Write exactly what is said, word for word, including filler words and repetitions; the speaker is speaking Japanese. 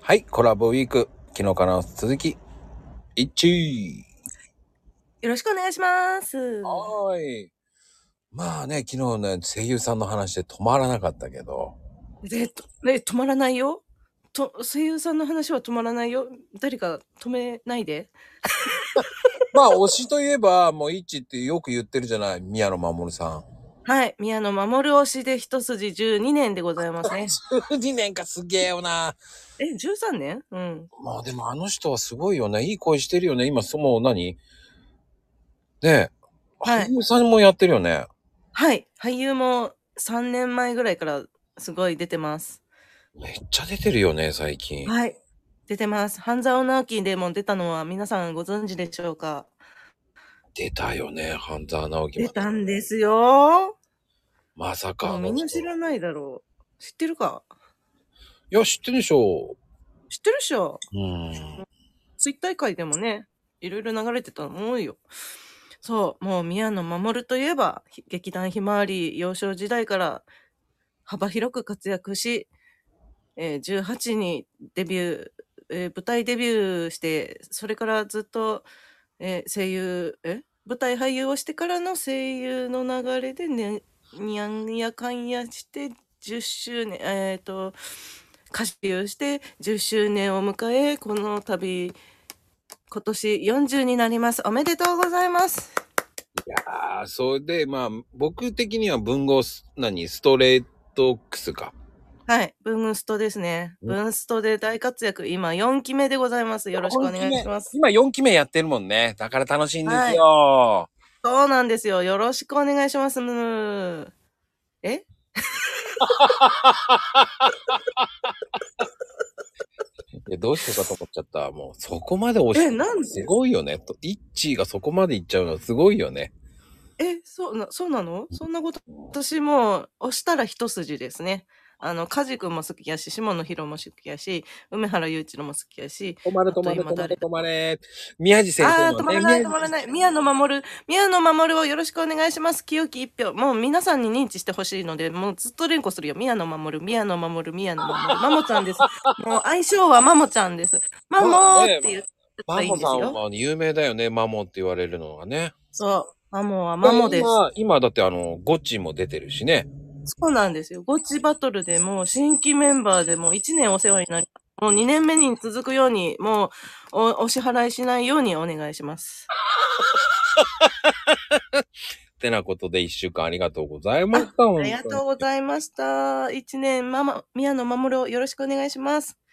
はい、コラボウィーク、昨日からの続き、一致。 よろしくお願いします。 はーい。まあね、昨日ね、声優さんの話で止まらなかったけど。 で、とね、止まらないよ。と声優さんの話は止まらないよ。誰か止めないで。 まあ、推しといえば、もう一致ってよく言ってるじゃない、宮野真守さん。 はい、宮野真守推しで一筋じゅうにねんでございますね。 じゅうにねんか、すげえよな。 え、じゅうさんねん？うん。 まあでもあの人はすごいよね。いい声してるよね。今、その何ねえ、 はい。 俳優さんもやってるよね。 はい、俳優もさんねんまえぐらいからすごい出てます。 めっちゃ出てるよね、最近。 はい、出てます。半沢直樹でも出たのは皆さんご存知でしょうか？ 出たよね、半沢直樹出まで。 たんですよ。 まさかもうみんなあの人。 知らないだろう。知ってるか？ いや、知ってるでしょ。 知ってるっしょ。 うん。 ツイッター界でもね、いろいろ流れてたと思うよ。そう、もう宮野真守といえば、ひ劇団ひまわり幼少時代から幅広く活躍し、えーじゅうはちにデビュー、えー舞台デビューして、それからずっと、えー声優、え舞台俳優をしてからの声優の流れでね、にゃんやかんやしてじゅっしゅうねん、えっ、と、歌手をしてじゅっしゅうねんを迎え、この度、今年よんじゅうになります。おめでとうございます。 いやー、それで、まあ、僕的には文豪ス、何、ストレートックスか。 はい。文ストですね。文ストで大活躍。今よんきめでございます。よろしくおよんきめ。 願いします。 今よんきめやってるもんね。だから楽しいんですはい。 よ。 そうなんですよ。よろしくお願いします。むーえいや、どうしようかと思っちゃった。もう、そこまで押しえ、 てるなんすでごいよね。と、イッチーがそこまでいっちゃうのはすごいよね。 え、そうな、そうなのそんなこと、私も押したら一筋ですね。あの、カジ君も好きやし、下野紘も好きやし、梅原雄一郎も好きやし、 止まれあと止まれ止まれ今誰だ止まれ。宮地先生ああ、 のね、 止まらない、 宮地、 止まらない。宮野真守、宮野真守をよろしくお願いします。清き一票。もう皆さんに認知してほしいので、もうずっと連呼するよ。宮野真守、宮野真守、宮野真守。マモちゃんです。もう愛称はマモちゃんです。マモまあね、 ーって言ったらいいマモさんですよ。 んは有名だよね。マモって言われるのがね。 そう。マモはマで、 モです。 今、今だってあの、ゴッチも出てるしね。 そうなんですよ。ゴッチバトルでもう新規メンバーでもういちねんお世話になり、もうにねんめに続くように、もうお、お支払いしないようにお願いします。 ってなことで一週間ありがとうございましあ、 た。 ありが本当に。 とうございました。いちねん、ママ、宮野真守をよろしくお願いします。